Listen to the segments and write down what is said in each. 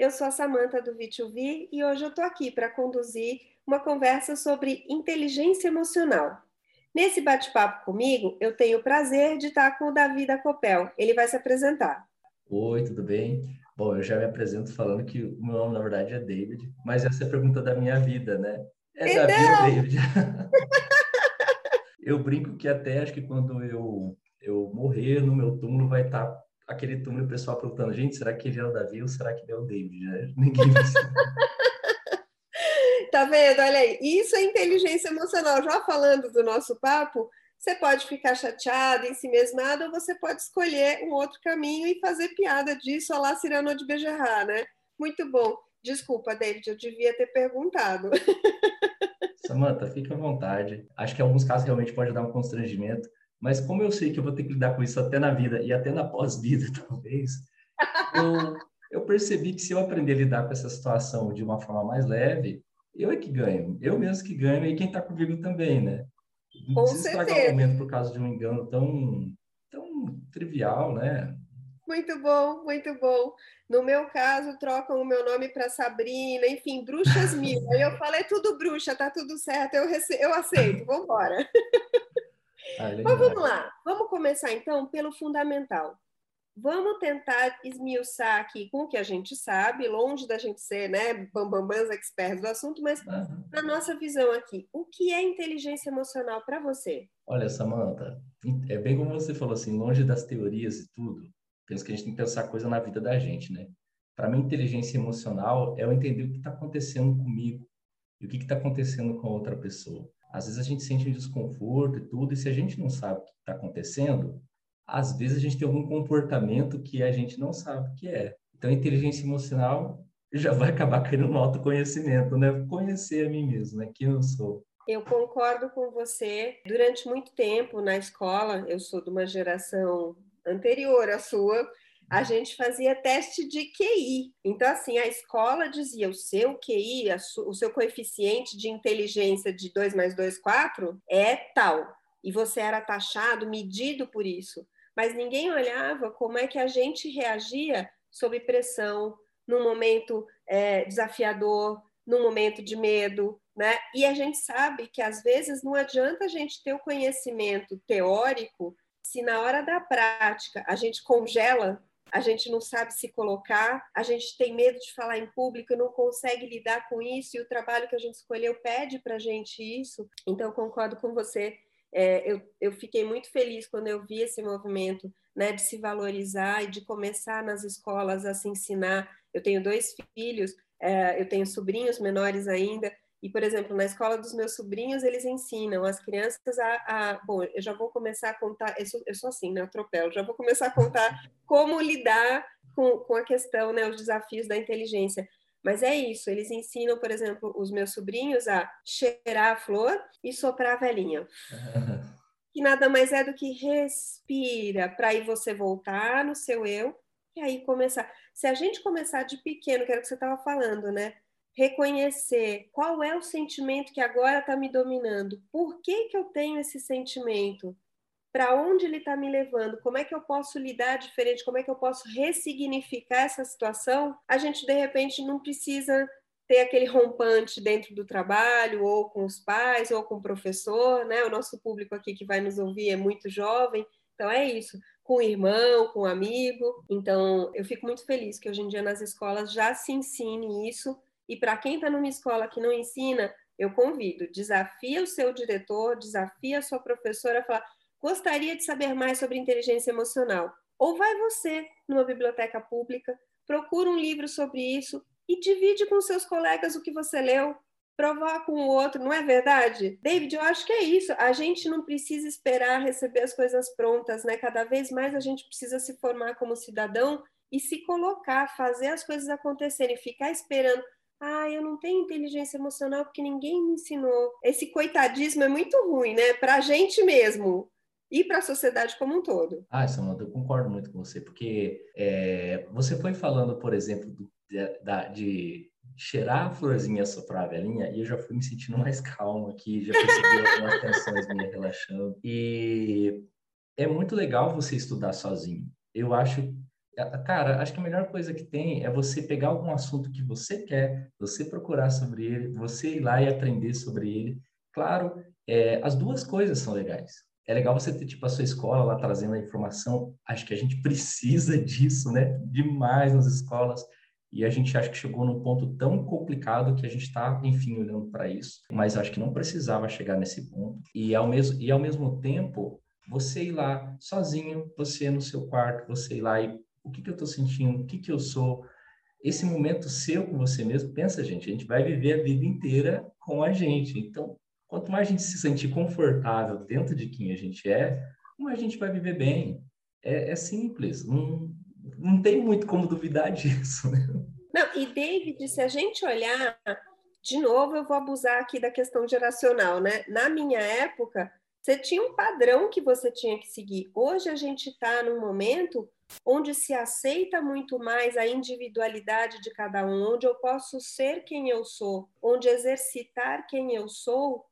Eu sou a Samanta do V2V e hoje eu estou aqui para conduzir uma conversa sobre inteligência emocional. Nesse bate-papo comigo, eu tenho o prazer de estar com o Davi da Copel. Ele vai se apresentar. Oi, tudo bem? Bom, eu já me apresento falando que o meu nome, na verdade, é David, mas essa é a pergunta da minha vida, né? É Davi ou Então, David? Eu brinco que até acho que quando eu morrer no meu túmulo vai estar aquele túmulo e o pessoal perguntando, gente, será que ele é o Davi ou será que ele é o David, né? Ninguém vai saber. tá vendo? Olha aí, isso é inteligência emocional. Já falando do nosso papo, você pode ficar chateado, ensimesmado, ou você pode escolher um outro caminho e fazer piada disso, olá Cirano de Bejerrar, né? Muito bom. Desculpa, David, eu devia ter perguntado. Samantha, fica à vontade. Acho que em alguns casos realmente pode dar um constrangimento, mas como eu sei que eu vou ter que lidar com isso até na vida e até na pós-vida, talvez, eu percebi que se eu aprender a lidar com essa situação de uma forma mais leve, eu é que ganho. Eu mesmo que ganho e quem está comigo também, né? Não Com precisa estragar o certeza. momento por causa de um engano tão trivial, né? Muito bom, muito bom. No meu caso, trocam o meu nome para Sabrina, enfim, bruxas mil. Aí eu falo, é tudo bruxa, tá tudo certo, eu aceito, vamos embora. Ah, Mas vamos legal. lá, vamos começar então pelo fundamental. Vamos tentar esmiuçar aqui com o que a gente sabe, longe da gente ser, né, bambambãs experts do assunto, mas Aham. na nossa visão aqui, o que é inteligência emocional para você? Olha, Samantha, é bem como você falou, assim, longe das teorias e tudo, penso que a gente tem que pensar coisa na vida da gente, né? Para mim, inteligência emocional é eu entender o que está acontecendo comigo e o que está acontecendo com a outra pessoa. Às vezes a gente sente um desconforto e tudo, e se a gente não sabe o que está acontecendo, às vezes a gente tem algum comportamento que a gente não sabe o que é. Então, a inteligência emocional já vai acabar caindo no autoconhecimento, né? Conhecer a mim mesmo, né? Quem eu sou. Eu concordo com você. Durante muito tempo na escola, eu sou de uma geração anterior à sua, a gente fazia teste de QI. Então, assim, a escola dizia o seu QI, o seu coeficiente de inteligência de 2 mais 2 4 é tal. E você era taxado, medido por isso. Mas ninguém olhava como é que a gente reagia sob pressão, num momento desafiador, num momento de medo, né? E a gente sabe que às vezes não adianta a gente ter o conhecimento teórico se na hora da prática a gente congela, a gente não sabe se colocar, a gente tem medo de falar em público, não consegue lidar com isso, e o trabalho que a gente escolheu pede para a gente isso. Então, eu concordo com você. Eu fiquei muito feliz quando eu vi esse movimento, né, de se valorizar e de começar nas escolas a se ensinar. Eu tenho 2 filhos, eu tenho sobrinhos menores ainda, e, por exemplo, na escola dos meus sobrinhos, eles ensinam as crianças bom, eu já vou começar a contar, eu sou assim, né, eu atropelo, já vou começar a contar como lidar com a questão, né, os desafios da inteligência. Mas é isso, eles ensinam, por exemplo, os meus sobrinhos a cheirar a flor e soprar a velhinha, que nada mais é do que respira, para aí você voltar no seu eu e aí começar. Se a gente começar de pequeno, que era o que você estava falando, né? Reconhecer qual é o sentimento que agora está me dominando, por que que eu tenho esse sentimento, para onde ele está me levando, como é que eu posso lidar diferente, como é que eu posso ressignificar essa situação, a gente de repente não precisa ter aquele rompante dentro do trabalho, ou com os pais, ou com o professor, né? O nosso público aqui que vai nos ouvir é muito jovem, então é isso, com o irmão, com o amigo. Então, eu fico muito feliz que hoje em dia nas escolas já se ensine isso, e para quem está numa escola que não ensina, eu convido, desafia o seu diretor, desafia a sua professora a falar: gostaria de saber mais sobre inteligência emocional. Ou vai você numa biblioteca pública, procura um livro sobre isso e divide com seus colegas o que você leu, provar com o outro, não é verdade? David, eu acho que é isso. A gente não precisa esperar receber as coisas prontas, né? Cada vez mais a gente precisa se formar como cidadão e se colocar, fazer as coisas acontecerem, ficar esperando. Ah, eu não tenho inteligência emocional porque ninguém me ensinou. Esse coitadismo é muito ruim, né? Pra gente mesmo e para a sociedade como um todo. Ah, Samanta, eu concordo muito com você, porque você foi falando, por exemplo, de cheirar a florzinha, soprar a velhinha, e eu já fui me sentindo mais calmo aqui, já percebi algumas tensões minhas relaxando. E é muito legal você estudar sozinho. Eu acho Cara, acho que a melhor coisa que tem é você pegar algum assunto que você quer, você procurar sobre ele, você ir lá e aprender sobre ele. Claro, as duas coisas são legais. É legal você ter, tipo, a sua escola lá trazendo a informação. Acho que a gente precisa disso, né? Demais nas escolas. E a gente acha que chegou num ponto tão complicado que a gente está, enfim, olhando para isso. Mas acho que não precisava chegar nesse ponto. E ao mesmo tempo, você ir lá sozinho, você no seu quarto, você ir lá e o que que eu estou sentindo, o que que eu sou, esse momento seu com você mesmo, pensa, gente, a gente vai viver a vida inteira com a gente. Então, quanto mais a gente se sentir confortável dentro de quem a gente mais a gente vai viver bem. É simples, não tem muito como duvidar disso, né? Não, e David, se a gente olhar, de novo, eu vou abusar aqui da questão geracional, né? Na minha época, você tinha um padrão que você tinha que seguir. Hoje a gente está num momento onde se aceita muito mais a individualidade de cada um, onde eu posso ser quem eu sou, onde exercitar quem eu sou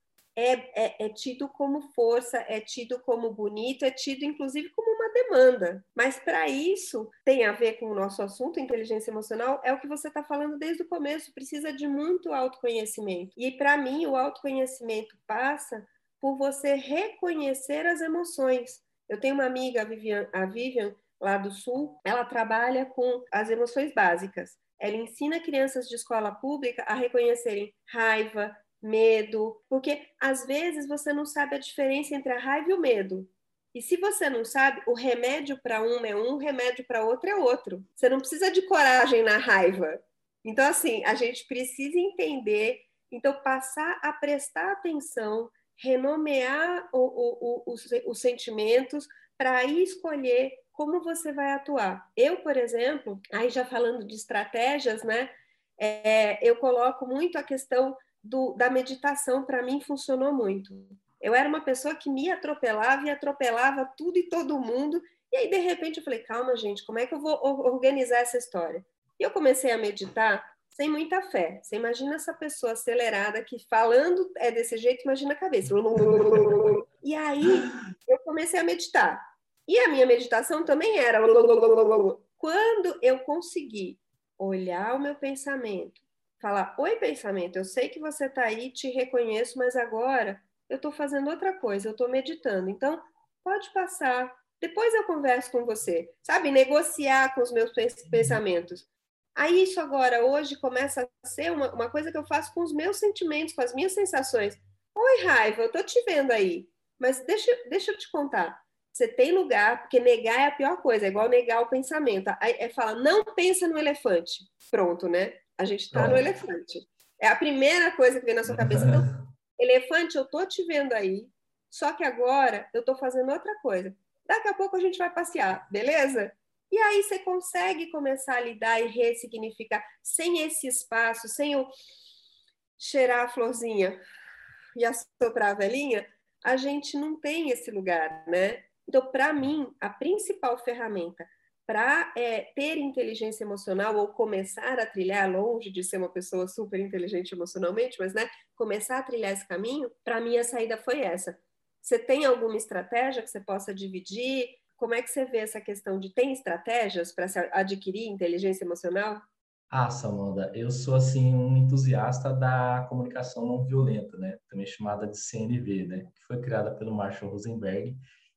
é tido como força, é tido como bonito, é tido inclusive como uma demanda. Mas para isso, tem a ver com o nosso assunto, inteligência emocional, é o que você está falando desde o começo, precisa de muito autoconhecimento. E para mim, o autoconhecimento passa por você reconhecer as emoções. Eu tenho uma amiga, a Vivian lá do Sul, ela trabalha com as emoções básicas. Ela ensina crianças de escola pública a reconhecerem raiva, medo, porque às vezes você não sabe a diferença entre a raiva e o medo. E se você não sabe, o remédio para um é um, o remédio para outro é outro. Você não precisa de coragem na raiva. Então, assim, a gente precisa entender, então, passar a prestar atenção, renomear os sentimentos para aí escolher como você vai atuar. Eu, por exemplo, aí já falando de estratégias, né? Eu coloco muito a questão da meditação, para mim, funcionou muito. Eu era uma pessoa que me atropelava e atropelava tudo e todo mundo. E aí, de repente, eu falei, calma, gente, como é que eu vou organizar essa história? E eu comecei a meditar sem muita fé. Você imagina essa pessoa acelerada que falando é desse jeito, imagina a cabeça. E aí, eu comecei a meditar. E a minha meditação também era. Quando eu consegui olhar o meu pensamento, falar: oi, pensamento, eu sei que você está aí, te reconheço, mas agora eu estou fazendo outra coisa, eu estou meditando. Então, pode passar. Depois eu converso com você. Sabe, negociar com os meus pensamentos. Aí, isso agora, hoje, começa a ser uma coisa que eu faço com os meus sentimentos, com as minhas sensações. Oi, raiva, eu estou te vendo aí. Mas deixa eu te contar. Você tem lugar, porque negar é a pior coisa, é igual negar o pensamento. Aí fala, não pensa no elefante. Pronto, né? A gente está no Pronto. elefante. É a primeira coisa que vem na sua cabeça. Então, elefante, eu tô te vendo aí, só que agora eu tô fazendo outra coisa. Daqui a pouco a gente vai passear, beleza? E aí você consegue começar a lidar e ressignificar sem esse espaço, sem o cheirar a florzinha e assoprar a velhinha, a gente não tem esse lugar, né? Então, para mim, a principal ferramenta para ter inteligência emocional ou começar a trilhar, longe de ser uma pessoa super inteligente emocionalmente, mas né, começar a trilhar esse caminho, para mim a saída foi essa. Você tem alguma estratégia que você possa dividir? Como é que você vê essa questão de tem estratégias para adquirir inteligência emocional? Samanda, eu sou assim um entusiasta da comunicação não violenta, né? Também chamada de CNV, né? Que foi criada pelo Marshall Rosenberg.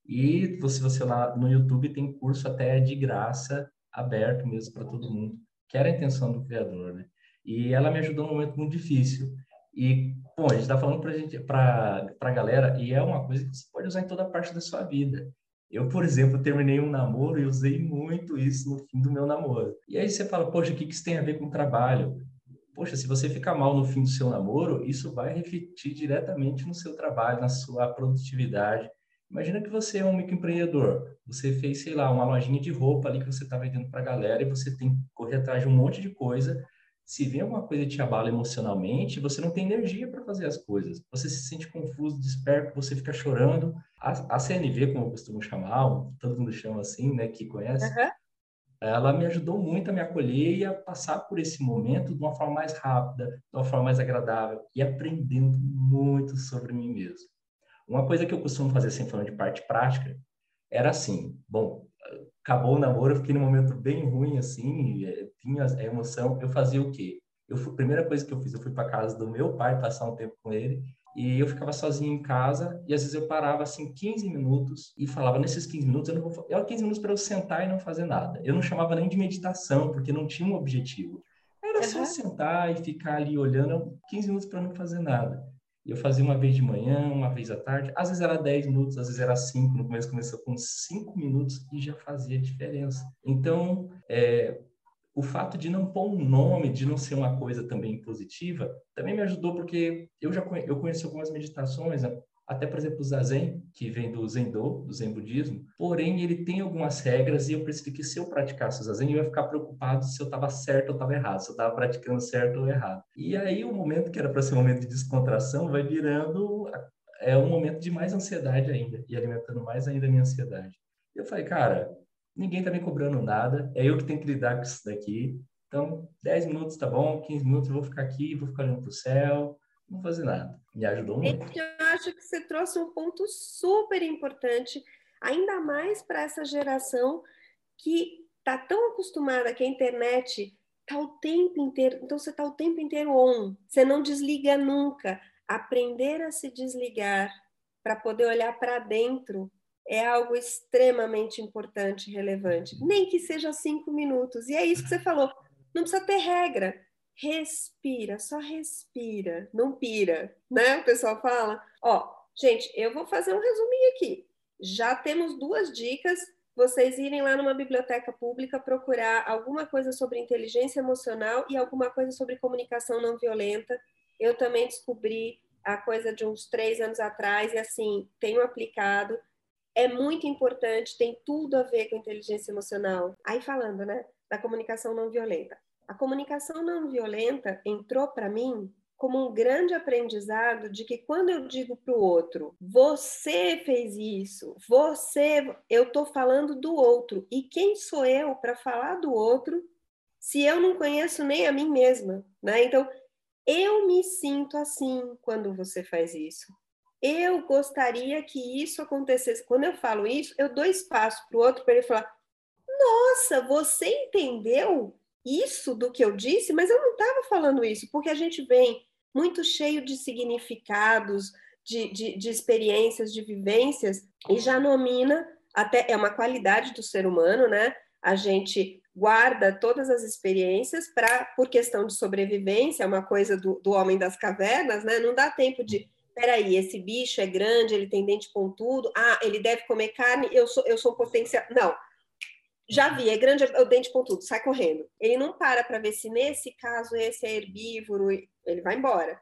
E você lá no YouTube tem curso até de graça, aberto mesmo para todo mundo, que era a intenção do criador, né? E ela me ajudou num momento muito difícil. E, bom, a gente está falando para a galera, e é uma coisa que você pode usar em toda parte da sua vida. Eu, por exemplo, terminei um namoro e usei muito isso no fim do meu namoro. E aí você fala, poxa, o que isso tem a ver com o trabalho? Poxa, se você ficar mal no fim do seu namoro, isso vai refletir diretamente no seu trabalho, na sua produtividade. Imagina que você é um microempreendedor. Você fez, sei lá, uma lojinha de roupa ali que você está vendendo para a galera e você tem que correr atrás de um monte de coisa. Se vem alguma coisa que te abala emocionalmente, você não tem energia para fazer as coisas. Você se sente confuso, desperto, você fica chorando. A CNV, como eu costumo chamar, todo mundo chama assim, né, que conhece, Uhum. ela me ajudou muito a me acolher e a passar por esse momento de uma forma mais rápida, de uma forma mais agradável e aprendendo muito sobre mim mesmo. Uma coisa que eu costumo fazer, sem falando de parte prática, era assim, bom, acabou o namoro, eu fiquei num momento bem ruim, assim, tinha a emoção. Eu fazia o quê? A primeira coisa que eu fiz, eu fui para casa do meu pai passar um tempo com ele, e eu ficava sozinho em casa, e às vezes eu parava, assim, 15 minutos, e falava, nesses 15 minutos, eu não vou... É 15 minutos para eu sentar e não fazer nada. Eu não chamava nem de meditação, porque não tinha um objetivo. Era só Aham. sentar e ficar ali olhando, 15 minutos para não fazer nada. E eu fazia uma vez de manhã, uma vez à tarde, às vezes era 10 minutos, às vezes era 5. No começo começou com 5 minutos e já fazia diferença. Então, o fato de não pôr um nome, de não ser uma coisa também positiva, também me ajudou porque eu conheci algumas meditações, né? Até, por exemplo, o Zazen, que vem do Zendô, do Zen budismo, porém ele tem algumas regras e eu percebi que se eu praticasse o Zazen, eu ia ficar preocupado se eu estava certo ou estava errado, se eu estava praticando certo ou errado. E aí o momento que era para ser um momento de descontração vai virando um momento de mais ansiedade ainda, e alimentando mais ainda a minha ansiedade. Eu falei, cara, ninguém está me cobrando nada, é eu que tenho que lidar com isso daqui. Então, 10 minutos tá bom, 15 minutos eu vou ficar aqui, vou ficar olhando para o céu, não vou fazer nada. Me ajudou muito. Eu acho que você trouxe um ponto super importante, ainda mais para essa geração que está tão acostumada que a internet está o tempo inteiro, então você está o tempo inteiro on, você não desliga nunca. Aprender a se desligar para poder olhar para dentro é algo extremamente importante e relevante, nem que seja 5 minutos. E é isso que você falou, não precisa ter regra. Respira, só respira, não pira, né? O pessoal fala. Ó, gente, eu vou fazer um resuminho aqui. Já temos 2 dicas, vocês irem lá numa biblioteca pública procurar alguma coisa sobre inteligência emocional e alguma coisa sobre comunicação não violenta. Eu também descobri a coisa de uns 3 anos atrás e assim, tenho aplicado. É muito importante, tem tudo a ver com inteligência emocional. Aí falando, né, da comunicação não violenta. A comunicação não violenta entrou para mim como um grande aprendizado de que quando eu digo para o outro, você fez isso, eu estou falando do outro. E quem sou eu para falar do outro se eu não conheço nem a mim mesma, né? Então, eu me sinto assim quando você faz isso. Eu gostaria que isso acontecesse. Quando eu falo isso, eu dou espaço para o outro para ele falar: nossa, você entendeu isso do que eu disse? Mas eu não estava falando isso, porque a gente vem muito cheio de significados, de experiências, de vivências, e já nomina, até é uma qualidade do ser humano, né? A gente guarda todas as experiências por questão de sobrevivência, é uma coisa do homem das cavernas, né? Não dá tempo de, peraí, esse bicho é grande, ele tem dente pontudo, ele deve comer carne, eu sou potencial. Não, já vi, é grande, é o dente pontudo, sai correndo. Ele não para ver se nesse caso esse é herbívoro, ele vai embora.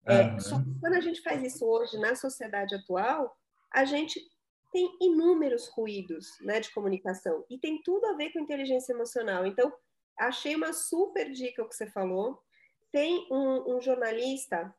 Só que Aham. quando a gente faz isso hoje na sociedade atual, a gente tem inúmeros ruídos, né, de comunicação e tem tudo a ver com inteligência emocional. Então, achei uma super dica o que você falou. Tem um jornalista,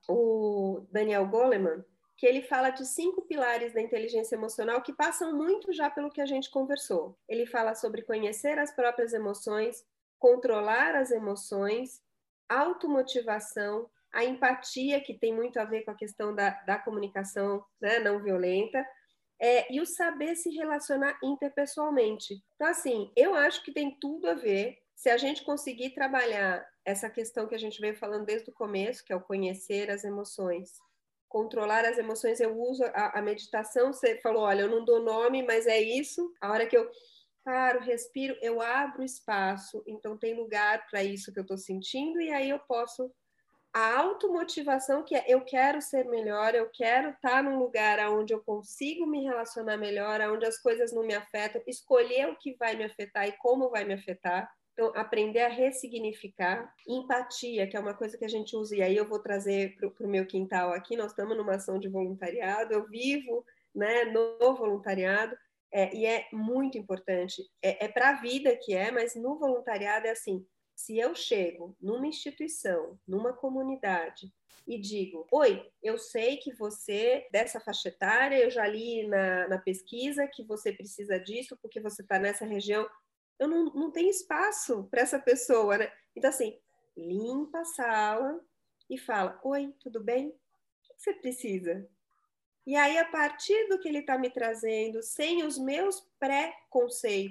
o Daniel Goleman, que ele fala de 5 pilares da inteligência emocional que passam muito já pelo que a gente conversou. Ele fala sobre conhecer as próprias emoções, controlar as emoções, automotivação, a empatia, que tem muito a ver com a questão da comunicação, né, não violenta, e o saber se relacionar interpessoalmente. Então, assim, eu acho que tem tudo a ver se a gente conseguir trabalhar essa questão que a gente veio falando desde o começo, que é o conhecer as emoções. Controlar as emoções, eu uso a meditação, você falou, olha, eu não dou nome, mas é isso. A hora que eu paro, respiro, eu abro espaço, então tem lugar para isso que eu estou sentindo, e aí eu posso a automotivação, que é eu quero ser melhor, eu quero estar num lugar onde eu consigo me relacionar melhor, onde as coisas não me afetam, escolher o que vai me afetar e como vai me afetar. Então, aprender a ressignificar. Empatia, que é uma coisa que a gente usa, e aí eu vou trazer para o meu quintal aqui, nós estamos numa ação de voluntariado, eu vivo, né, no voluntariado, e é muito importante. É para a vida que mas no voluntariado é assim, se eu chego numa instituição, numa comunidade e digo, oi, eu sei que você, dessa faixa etária, eu já li na pesquisa que você precisa disso porque você está nessa região, eu não tenho espaço para essa pessoa, né? Então, assim, limpa a sala e fala, oi, tudo bem? O que você precisa? E aí, a partir do que ele está me trazendo, sem os meus pré-conceitos,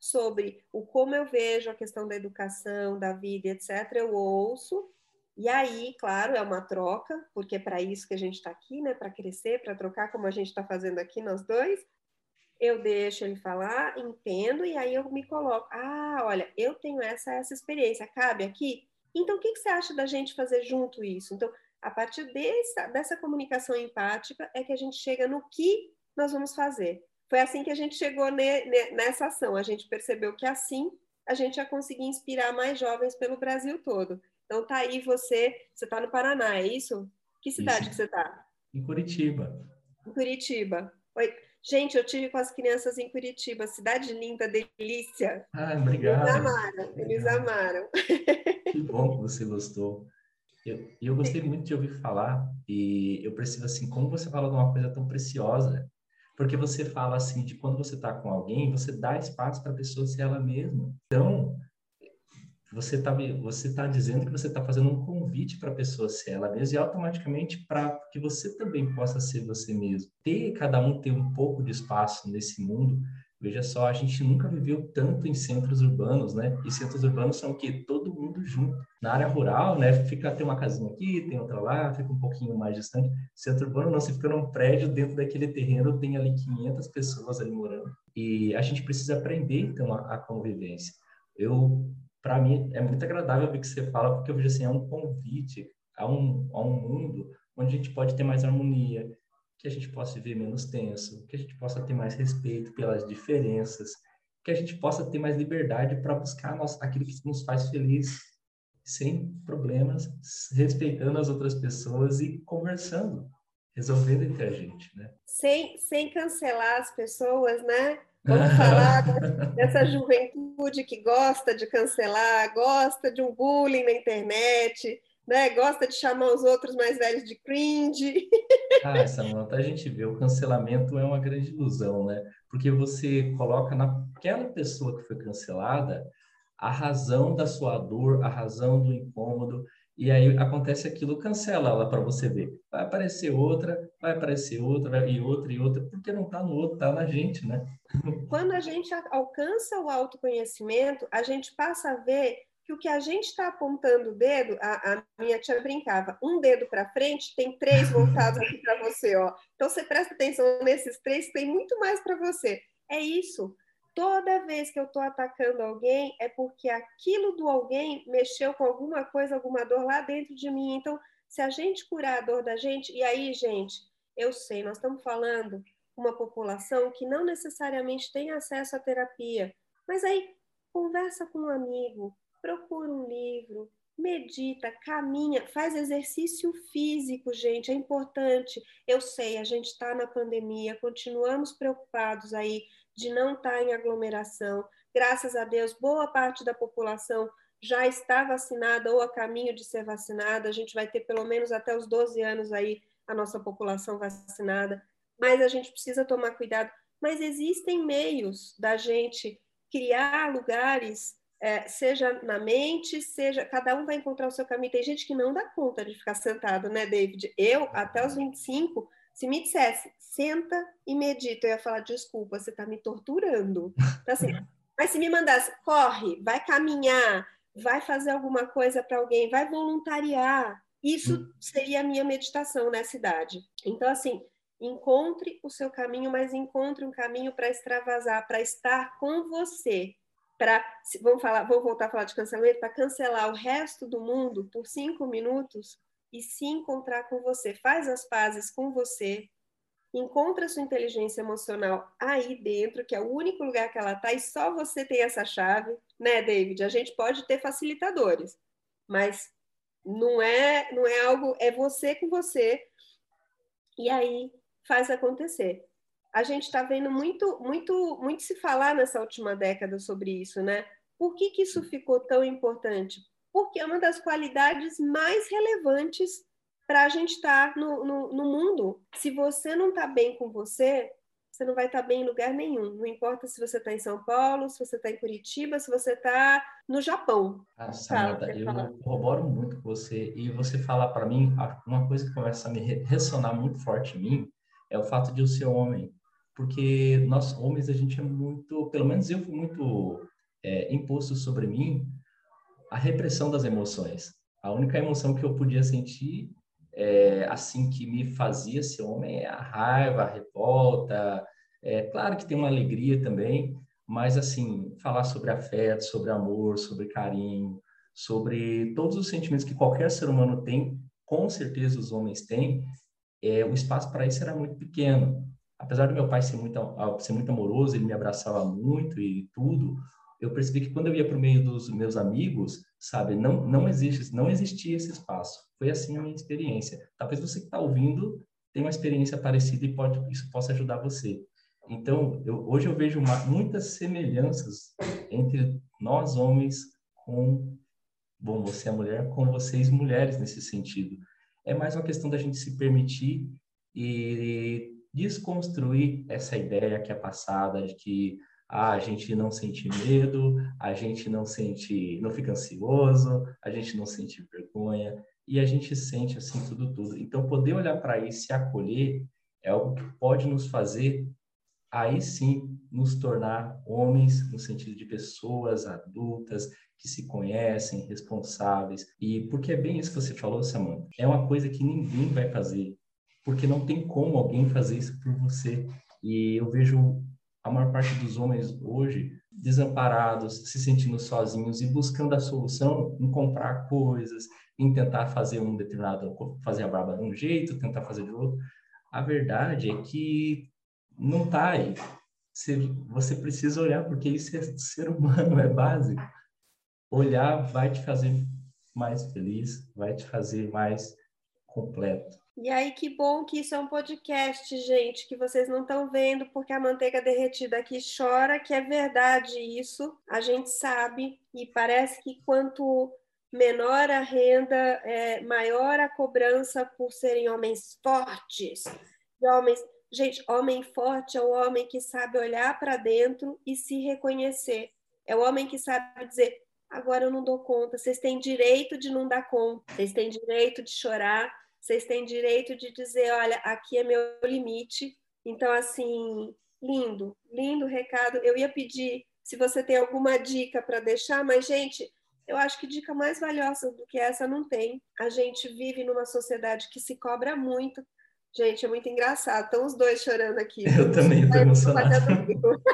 sobre o como eu vejo a questão da educação, da vida, etc., eu ouço. E aí, claro, é uma troca, porque é para isso que a gente está aqui, né? Para crescer, para trocar, como a gente está fazendo aqui, nós dois. Eu deixo ele falar, entendo, e aí eu me coloco. Ah, olha, eu tenho essa experiência, cabe aqui? Então, o que você acha da gente fazer junto isso? Então, a partir dessa comunicação empática é que a gente chega no que nós vamos fazer. Foi assim que a gente chegou nessa ação. A gente percebeu que assim a gente ia conseguir inspirar mais jovens pelo Brasil todo. Então, tá aí você está no Paraná, é isso? Que Isso, cidade que você está? em Curitiba. Em Curitiba. Oi. Gente, eu tive com as crianças em Curitiba, cidade linda, delícia. Ah, Eles obrigado. amaram, eles Legal. amaram. Que bom que você gostou. Eu gostei muito de ouvir falar e eu percebo assim, como você fala de uma coisa tão preciosa, porque você fala assim de quando você está com alguém, você dá espaço para a pessoa ser ela mesma. Então, você tá dizendo que você está fazendo um convite para a pessoa ser ela mesma e automaticamente para que você também possa ser você mesmo. Cada um ter um pouco de espaço nesse mundo. Veja só, a gente nunca viveu tanto em centros urbanos, né? E centros urbanos são o quê? Todo mundo junto. Na área rural, né? Tem uma casinha aqui, tem outra lá, fica um pouquinho mais distante. Centro urbano não, se fica num prédio, dentro daquele terreno tem ali 500 pessoas ali morando. E a gente precisa aprender, então, a convivência. Eu Para mim é muito agradável ver que você fala, porque eu vejo assim, é um convite a um mundo onde a gente pode ter mais harmonia, que a gente possa viver menos tenso, que a gente possa ter mais respeito pelas diferenças, que a gente possa ter mais liberdade para buscar aquilo que nos faz feliz, sem problemas, respeitando as outras pessoas e conversando, resolvendo entre a gente, né? Sem cancelar as pessoas, né? Vamos falar dessa juventude que gosta de cancelar, gosta de um bullying na internet, né? Gosta de chamar os outros mais velhos de cringe. Ah, Samantha, a gente vê, o cancelamento é uma grande ilusão, né? Porque você coloca naquela pessoa que foi cancelada a razão da sua dor, a razão do incômodo, e aí acontece aquilo, cancela ela para você ver. Vai aparecer outra, e outra, porque não está no outro, está na gente, né? Quando a gente alcança o autoconhecimento, a gente passa a ver que o que a gente está apontando o dedo, a minha tia brincava, um dedo para frente, tem três voltados aqui para você, ó. Então você presta atenção nesses três, tem muito mais para você. É isso. Toda vez que eu estou atacando alguém, é porque aquilo do alguém mexeu com alguma coisa, alguma dor lá dentro de mim. Então, se a gente curar a dor da gente, e aí, gente, eu sei, nós estamos falando uma população que não necessariamente tem acesso à terapia. Mas aí, conversa com um amigo, procura um livro, medita, caminha, faz exercício físico, gente, é importante. Eu sei, a gente está na pandemia, continuamos preocupados aí de não estar em aglomeração. Graças a Deus, boa parte da população já está vacinada ou a caminho de ser vacinada. A gente vai ter pelo menos até os 12 anos aí a nossa população vacinada, mas a gente precisa tomar cuidado. Mas existem meios da gente criar lugares, seja na mente, seja. Cada um vai encontrar o seu caminho. Tem gente que não dá conta de ficar sentado, né, David? Eu, até os 25, se me dissesse, senta e medita, eu ia falar, desculpa, você está me torturando. Então, assim, mas se me mandasse, corre, vai caminhar, vai fazer alguma coisa para alguém, vai voluntariar, isso seria a minha meditação nessa idade. Então, assim, encontre o seu caminho, mas encontre um caminho para extravasar, para estar com você. Vamos voltar a falar de cancelamento, para cancelar o resto do mundo por 5 minutos e se encontrar com você. Faz as pazes com você, encontra sua inteligência emocional aí dentro, que é o único lugar que ela está, e só você tem essa chave, né, David? A gente pode ter facilitadores, mas não é algo, é você com você, e aí faz acontecer. A gente está vendo muito se falar nessa última década sobre isso, né? Por que isso ficou tão importante? Porque é uma das qualidades mais relevantes para a gente estar no mundo. Se você não está bem com você, você não vai estar bem em lugar nenhum. Não importa se você está em São Paulo, se você está em Curitiba, se você está no Japão. Ah, Fala, Samantha, quer falar? eu corroboro muito com você e você falar para mim, uma coisa que começa a me ressonar muito forte em mim é o fato de eu ser homem. porque nós homens, a gente é muito, pelo menos eu fui muito imposto sobre mim a repressão das emoções. A única emoção que eu podia sentir, assim, que me fazia ser homem é a raiva, a revolta. É claro que tem uma alegria também, mas, assim, falar sobre afeto, sobre amor, sobre carinho, sobre todos os sentimentos que qualquer ser humano tem, com certeza os homens têm, o espaço para isso era muito pequeno. Apesar do meu pai ser muito amoroso, ele me abraçava muito e tudo, eu percebi que quando eu ia para o meio dos meus amigos, sabe, não existia esse espaço. Foi assim a minha experiência. Talvez você que está ouvindo tenha uma experiência parecida e isso possa ajudar você. Então, hoje eu vejo muitas semelhanças entre nós homens com, bom, você é mulher, com vocês mulheres nesse sentido. É mais uma questão da gente se permitir e desconstruir essa ideia que é passada de que a gente não sente medo, a gente não fica ansioso, a gente não sente vergonha e a gente sente assim tudo. Então, poder olhar para isso e acolher é algo que pode nos fazer aí sim nos tornar homens no sentido de pessoas adultas que se conhecem, responsáveis. E porque é bem isso que você falou, Samantha, é uma coisa que ninguém vai fazer, porque não tem como alguém fazer isso por você. E eu vejo a maior parte dos homens hoje desamparados, se sentindo sozinhos e buscando a solução em comprar coisas, em tentar fazer a barba de um jeito, tentar fazer de outro. A verdade é que não está aí. Você precisa olhar, porque isso é ser humano, é básico. Olhar vai te fazer mais feliz, vai te fazer mais completo. E aí, que bom que isso é um podcast, gente, que vocês não estão vendo, porque a manteiga derretida aqui chora, que é verdade isso, a gente sabe, e parece que quanto menor a renda, maior a cobrança por serem homens fortes. Gente, homem forte é o homem que sabe olhar para dentro e se reconhecer. É o homem que sabe dizer: agora eu não dou conta, vocês têm direito de não dar conta, vocês têm direito de chorar, vocês têm direito de dizer: olha, aqui é meu limite. Então, assim, lindo, lindo recado. Eu ia pedir se você tem alguma dica para deixar, mas, gente, eu acho que dica mais valiosa do que essa não tem. A gente vive numa sociedade que se cobra muito. Gente, é muito engraçado. Estão os dois chorando aqui, viu? Eu Não sou também estou eu que estou emocionado. fazendo isso.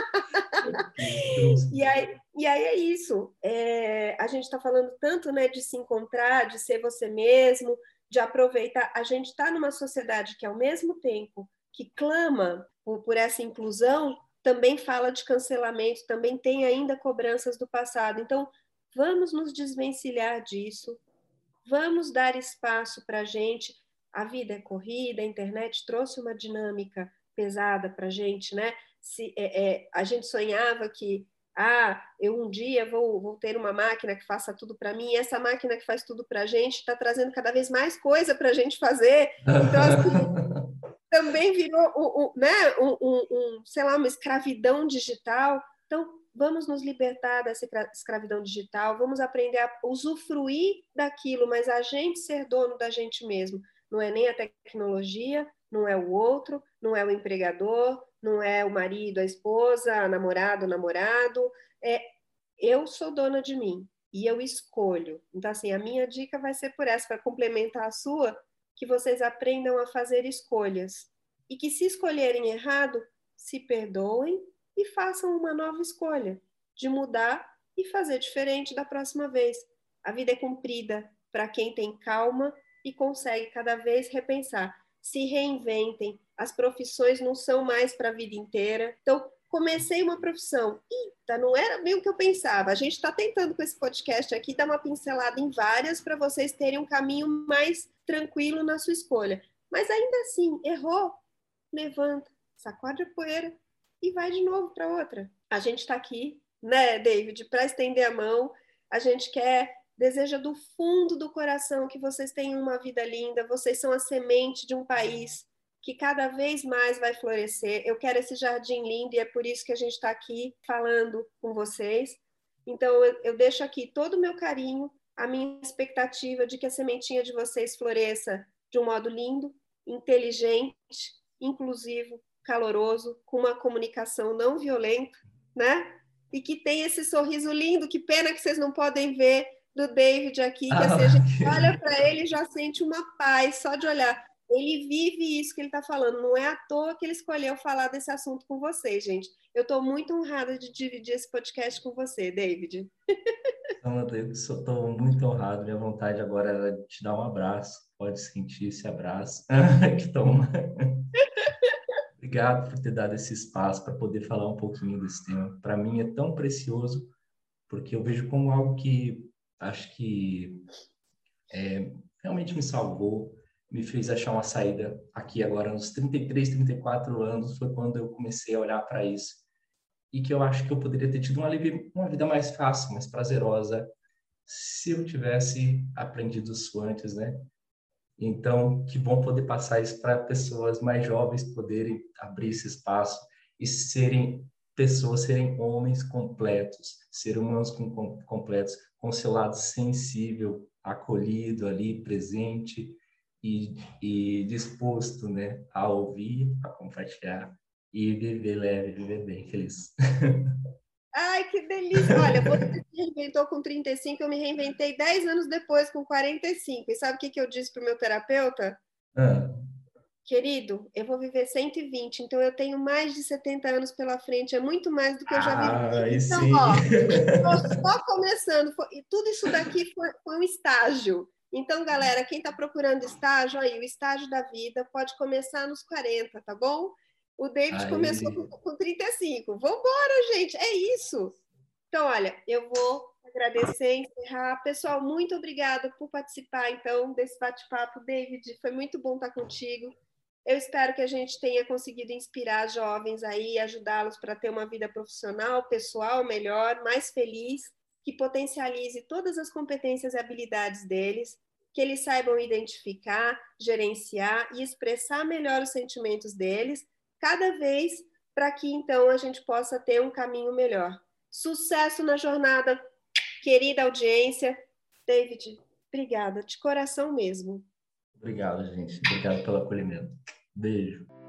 Cruz. E aí é isso. A gente está falando tanto, né, de se encontrar, de ser você mesmo, de aproveitar. A gente está numa sociedade que, ao mesmo tempo que clama por essa inclusão, também fala de cancelamento, também tem ainda cobranças do passado. Então, vamos nos desvencilhar disso, vamos dar espaço para a gente. A vida é corrida, a internet trouxe uma dinâmica pesada para a gente, né? A gente sonhava que eu um dia vou ter uma máquina que faça tudo para mim, e essa máquina que faz tudo para a gente está trazendo cada vez mais coisa para a gente fazer. Então, assim, também virou né, sei lá, uma escravidão digital. Então, vamos nos libertar dessa escravidão digital, vamos aprender a usufruir daquilo, mas a gente ser dono da gente mesmo. Não é nem a tecnologia, não é o outro, não é o empregador, não é o marido, a esposa, a namorada, o namorado. Eu sou dona de mim e eu escolho. Então, assim, a minha dica vai ser por essa, para complementar a sua, que vocês aprendam a fazer escolhas. E que, se escolherem errado, se perdoem e façam uma nova escolha de mudar e fazer diferente da próxima vez. A vida é comprida para quem tem calma e consegue cada vez repensar. Se reinventem, as profissões não são mais para a vida inteira. Então, comecei uma profissão. Eita, não era bem o que eu pensava. A gente está tentando com esse podcast aqui dar uma pincelada em várias para vocês terem um caminho mais tranquilo na sua escolha. Mas ainda assim, errou, levanta, sacode a poeira e vai de novo para outra. A gente está aqui, né, David, para estender a mão. A gente deseja do fundo do coração que vocês tenham uma vida linda. Vocês são a semente de um país que cada vez mais vai florescer. Eu quero esse jardim lindo e é por isso que a gente está aqui falando com vocês. Então, eu deixo aqui todo o meu carinho, a minha expectativa de que a sementinha de vocês floresça de um modo lindo, inteligente, inclusivo, caloroso, com uma comunicação não violenta, né? E que tem esse sorriso lindo, que pena que vocês não podem ver do David aqui, que assim, a gente olha para ele e já sente uma paz só de olhar. Ele vive isso que ele está falando, não é à toa que ele escolheu falar desse assunto com vocês, gente. Eu estou muito honrada de dividir esse podcast com você, David. Samanta, eu estou muito honrado. Minha vontade agora era te dar um abraço. Pode sentir esse abraço. Que toma. Obrigado por ter dado esse espaço para poder falar um pouquinho desse tema. Para mim é tão precioso, porque eu vejo como algo que acho que realmente me salvou, me fez achar uma saída aqui agora, nos 33, 34 anos, foi quando eu comecei a olhar para isso. E que eu acho que eu poderia ter tido uma vida mais fácil, mais prazerosa, se eu tivesse aprendido isso antes, né? Então, que bom poder passar isso para pessoas mais jovens poderem abrir esse espaço e serem pessoas, serem homens completos, seres humanos completos, com seu lado sensível, acolhido ali, presente e disposto, né, a ouvir, a compartilhar e viver leve, viver bem, feliz. Ai, que delícia! Olha, você se reinventou com 35, eu me reinventei 10 anos depois, com 45. E sabe o que eu disse para o meu terapeuta? Ah, Querido, eu vou viver 120, então eu tenho mais de 70 anos pela frente, é muito mais do que eu já vivi. aí Então, sim. ó, estou só começando, e tudo isso daqui foi um estágio. Então, galera, quem está procurando estágio, aí, o estágio da vida pode começar nos 40, tá bom? O David começou Aí, com 35. Vambora, gente, é isso. Então, olha, eu vou agradecer, encerrar. Pessoal, muito obrigada por participar, então, desse bate-papo. David, foi muito bom estar contigo. Eu espero que a gente tenha conseguido inspirar jovens aí, ajudá-los para ter uma vida profissional, pessoal melhor, mais feliz, que potencialize todas as competências e habilidades deles, que eles saibam identificar, gerenciar e expressar melhor os sentimentos deles, cada vez para que então a gente possa ter um caminho melhor. Sucesso na jornada, querida audiência. David, obrigada, de coração mesmo. obrigado, gente. Obrigado pelo acolhimento. Beijo.